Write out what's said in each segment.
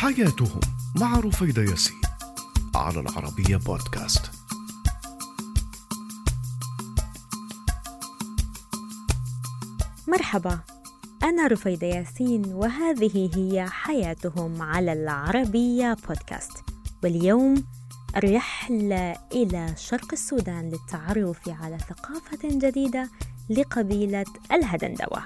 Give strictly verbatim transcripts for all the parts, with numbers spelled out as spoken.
حياتهم مع رفيدة ياسين على العربية بودكاست. مرحبا، أنا رفيدة ياسين وهذه هي حياتهم على العربية بودكاست. واليوم الرحلة إلى شرق السودان للتعرف على ثقافة جديدة لقبيلة الهدندوة.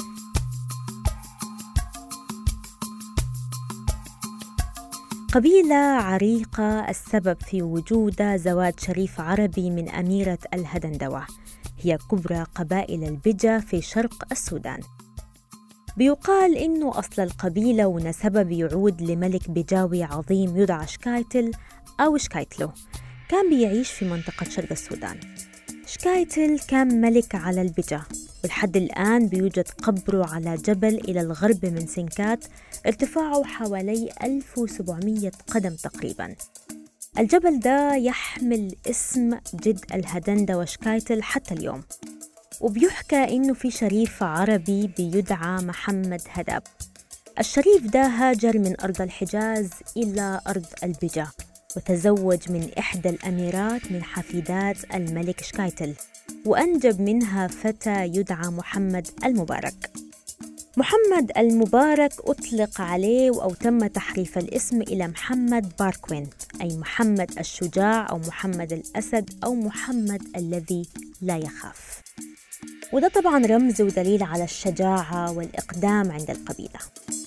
قبيلة عريقة السبب في وجود زواج شريف عربي من أميرة الهدندوة، هي كبرى قبائل البجا في شرق السودان. بيقال إنه أصل القبيلة ونسبها بيعود لملك بجاوي عظيم يدعى شكايتل أو شكايتلو، كان بيعيش في منطقة شرق السودان. شكايتل كان ملك على البجا، ولحد الآن بيوجد قبره على جبل إلى الغرب من سنكات ارتفاعه حوالي ألف وسبعمية قدم تقريباً. الجبل ده يحمل اسم جد الهدندوة شكايتل حتى اليوم، وبيحكى إنه في شريف عربي بيدعى محمد هداب. الشريف ده هاجر من أرض الحجاز إلى أرض البجا، وتزوج من إحدى الأميرات من حفيدات الملك شكايتل، وأنجب منها فتى يدعى محمد المبارك. محمد المبارك أطلق عليه أو تم تحريف الاسم إلى محمد باركوين، أي محمد الشجاع أو محمد الأسد أو محمد الذي لا يخاف، وده طبعاً رمز ودليل على الشجاعة والإقدام عند القبيلة.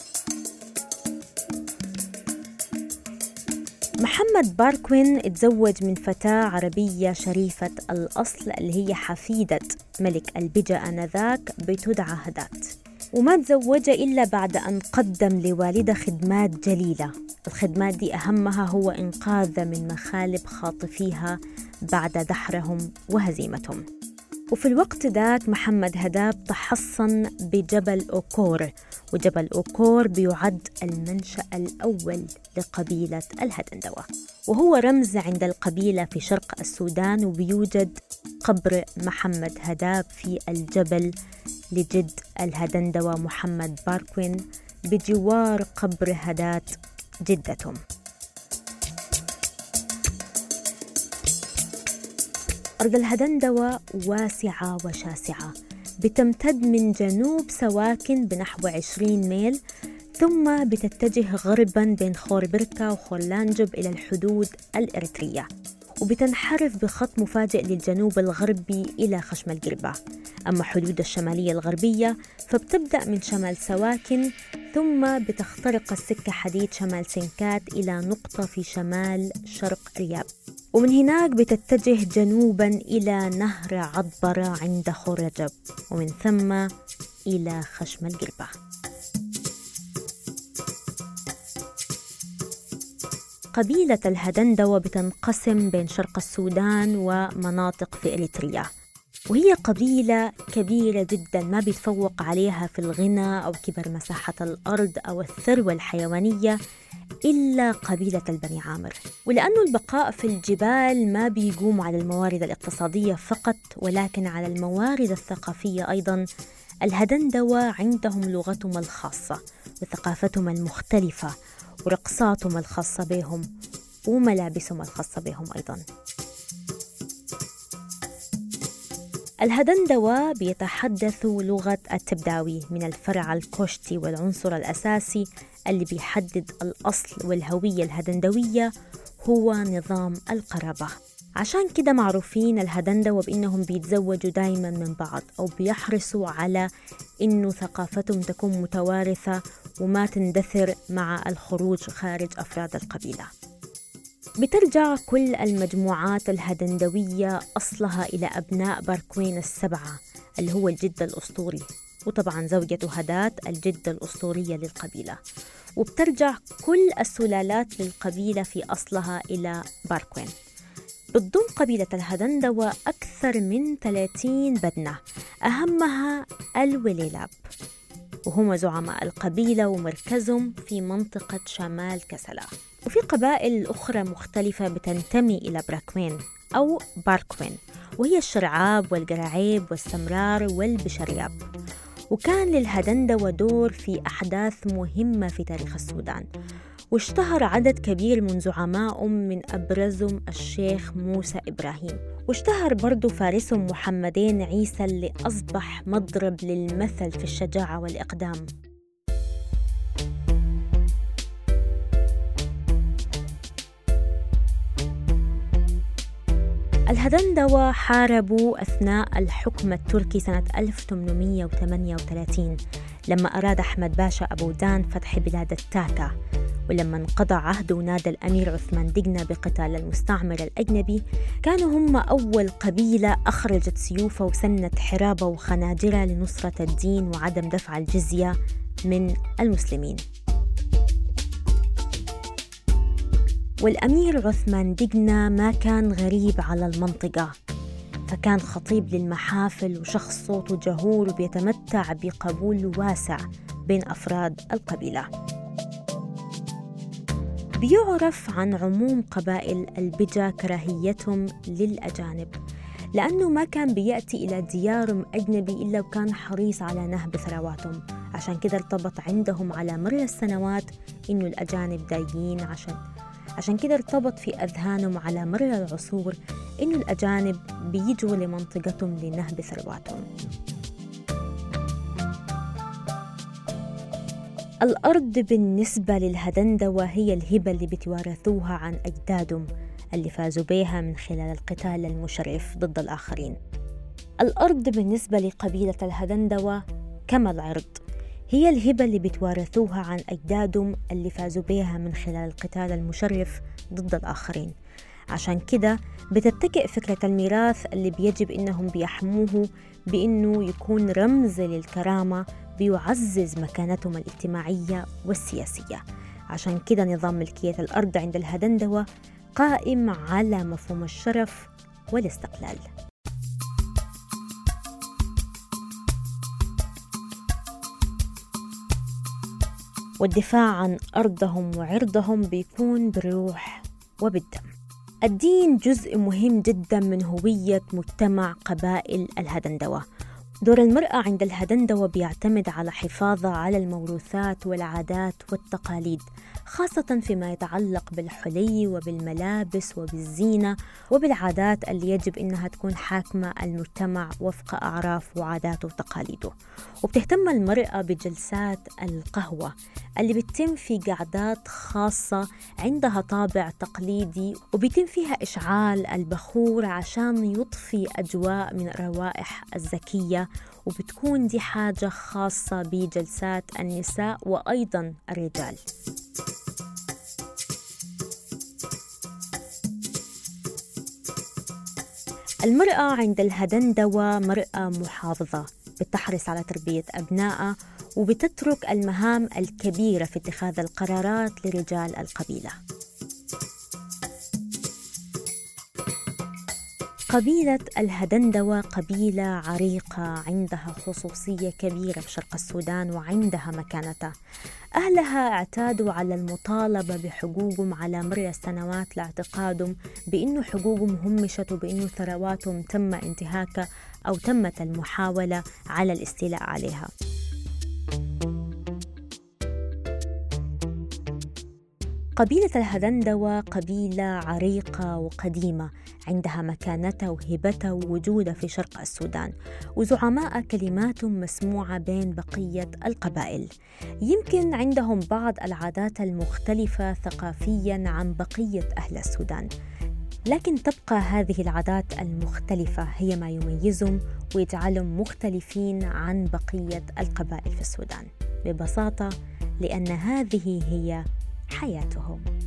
محمد باركوين اتزوج من فتاة عربية شريفة الأصل اللي هي حفيدة ملك البجا آنذاك بتدعى هدات، وما تزوج إلا بعد أن قدم لوالده خدمات جليلة. الخدمات دي أهمها هو إنقاذ من مخالب خاطفيها بعد دحرهم وهزيمتهم. وفي الوقت ذاك محمد هداب تحصن بجبل أوكور، وجبل أوكور بيعد المنشأ الأول لقبيلة الهدندوة، وهو رمز عند القبيلة في شرق السودان. وبيوجد قبر محمد هداب في الجبل لجد الهدندوة محمد باركوين بجوار قبر هدات جدتهم. أرض الهدندوة واسعة وشاسعة، بتمتد من جنوب سواكن بنحو عشرين ميل، ثم بتتجه غرباً بين خوربركة وخورلانجب إلى الحدود الإريترية، وبتنحرف بخط مفاجئ للجنوب الغربي إلى خشم القربة. أما حدود الشمالية الغربية فبتبدأ من شمال سواكن، ثم بتخترق السكة حديد شمال سنكات إلى نقطة في شمال شرق رياب، ومن هناك بتتجه جنوباً إلى نهر عضبرة عند خورجب، ومن ثم إلى خشم القربة. قبيلة الهدندوة بتنقسم بين شرق السودان ومناطق في إريتريا، وهي قبيلة كبيرة جداً ما بيتفوق عليها في الغنى أو كبر مساحة الأرض أو الثروة الحيوانية إلا قبيلة البني عامر. ولأنه البقاء في الجبال ما بيقوم على الموارد الاقتصادية فقط ولكن على الموارد الثقافية أيضاً، الهدندوة عندهم لغتهم الخاصة وثقافتهم المختلفة ورقصاتهم الخاصة بهم وملابسهم الخاصة بهم أيضاً. الهدندوة بيتحدثوا لغة التبداوي من الفرع الكوشتي، والعنصر الأساسي اللي بيحدد الأصل والهوية الهدندوية هو نظام القرابة. عشان كده معروفين الهدندوة بإنهم بيتزوجوا دايما من بعض، أو بيحرصوا على إنه ثقافتهم تكون متوارثة وما تندثر مع الخروج خارج أفراد القبيلة. بترجع كل المجموعات الهدندوية أصلها إلى أبناء باركوين السبعة اللي هو الجد الأسطوري، وطبعا زوجته هدات الجدة الأسطورية للقبيلة. وبترجع كل السلالات للقبيلة في أصلها إلى باركوين. بتضم قبيلة الهدندوة أكثر من ثلاثين بدنة، أهمها الوليلاب، وهم زعماء القبيلة ومركزهم في منطقة شمال كسلا. وفي قبائل أخرى مختلفة بتنتمي إلى براكوين أو باركوين، وهي الشرعاب والقراعيب والسمرار والبشرياب. وكان للهدندوة دور في أحداث مهمة في تاريخ السودان، واشتهر عدد كبير من زعمائهم من أبرزهم الشيخ موسى إبراهيم، واشتهر برضو فارسهم محمدين عيسى اللي أصبح مضرب للمثل في الشجاعة والإقدام. الهدندوة حاربوا أثناء الحكم التركي سنة ألف وثمانمئة وثمانية وثلاثين لما أراد أحمد باشا أبو دان فتح بلاد التاتا، ولما انقضى عهد ونادى الأمير عثمان دقنا بقتال المستعمر الأجنبي، كانوا هم أول قبيلة أخرجت سيوفها وسنت حرابة وخناجرة لنصرة الدين وعدم دفع الجزية من المسلمين. والأمير عثمان دقنا ما كان غريب على المنطقة، فكان خطيب للمحافل وشخص صوته جهور وبيتمتع بقبول واسع بين أفراد القبيلة. بيعرف عن عموم قبائل البجا كراهيتهم للأجانب، لأنه ما كان بيأتي إلى ديارهم أجنبي إلا وكان حريص على نهب ثرواتهم. عشان كده ارتبط عندهم على مر السنوات إنه الأجانب دايين عشان عشان كده ارتبط في أذهانهم على مر العصور إنه الأجانب بيجوا لمنطقتهم لنهب ثرواتهم. الأرض بالنسبة للهدندوة هي الهبة اللي بتوارثوها عن أجدادهم اللي فازوا بها من خلال القتال المشرف ضد الآخرين. الأرض بالنسبة لقبيلة الهدندوة كما العرض هي الهبة اللي بتوارثوها عن أجدادهم اللي فازوا بها من خلال القتال المشرف ضد الآخرين. عشان كده بتتكئ فكرة الميراث اللي بيجب إنهم بيحموه بإنه يكون رمز للكرامة بيعزز مكانتهم الاجتماعية والسياسية. عشان كده نظام ملكية الأرض عند الهدندوة قائم على مفهوم الشرف والاستقلال. والدفاع عن أرضهم وعرضهم بيكون بالروح وبالدم. الدين جزء مهم جدا من هوية مجتمع قبائل الهدندوة. دور المرأة عند الهدندوة بيعتمد على حفاظها على الموروثات والعادات والتقاليد، خاصة فيما يتعلق بالحلي وبالملابس وبالزينة وبالعادات اللي يجب إنها تكون حاكمة المجتمع وفق أعراف وعاداته وتقاليده. وبتهتم المرأة بجلسات القهوة اللي بتتم في قعدات خاصة عندها طابع تقليدي، وبيتم فيها إشعال البخور عشان يضفي أجواء من الروائح الزكية، وبتكون دي حاجة خاصة بجلسات النساء وأيضاً الرجال. المرأة عند الهدندوة مرأة محافظة بتحرص على تربية أبنائها وبتترك المهام الكبيرة في اتخاذ القرارات لرجال القبيلة. قبيلة الهدندوة قبيلة عريقة عندها خصوصية كبيرة في شرق السودان وعندها مكانتها. أهلها اعتادوا على المطالبة بحقوقهم على مر السنوات لاعتقادهم بأنه حقوقهم همشت وبأنه ثرواتهم تم انتهاكها أو تمت المحاولة على الاستيلاء عليها. قبيلة الهدندوة قبيلة عريقة وقديمة عندها مكانتها وهبتها ووجودها في شرق السودان، وزعماء كلماتهم مسموعة بين بقية القبائل. يمكن عندهم بعض العادات المختلفة ثقافياً عن بقية أهل السودان، لكن تبقى هذه العادات المختلفة هي ما يميزهم ويجعلهم مختلفين عن بقية القبائل في السودان، ببساطة لأن هذه هي حياتهم.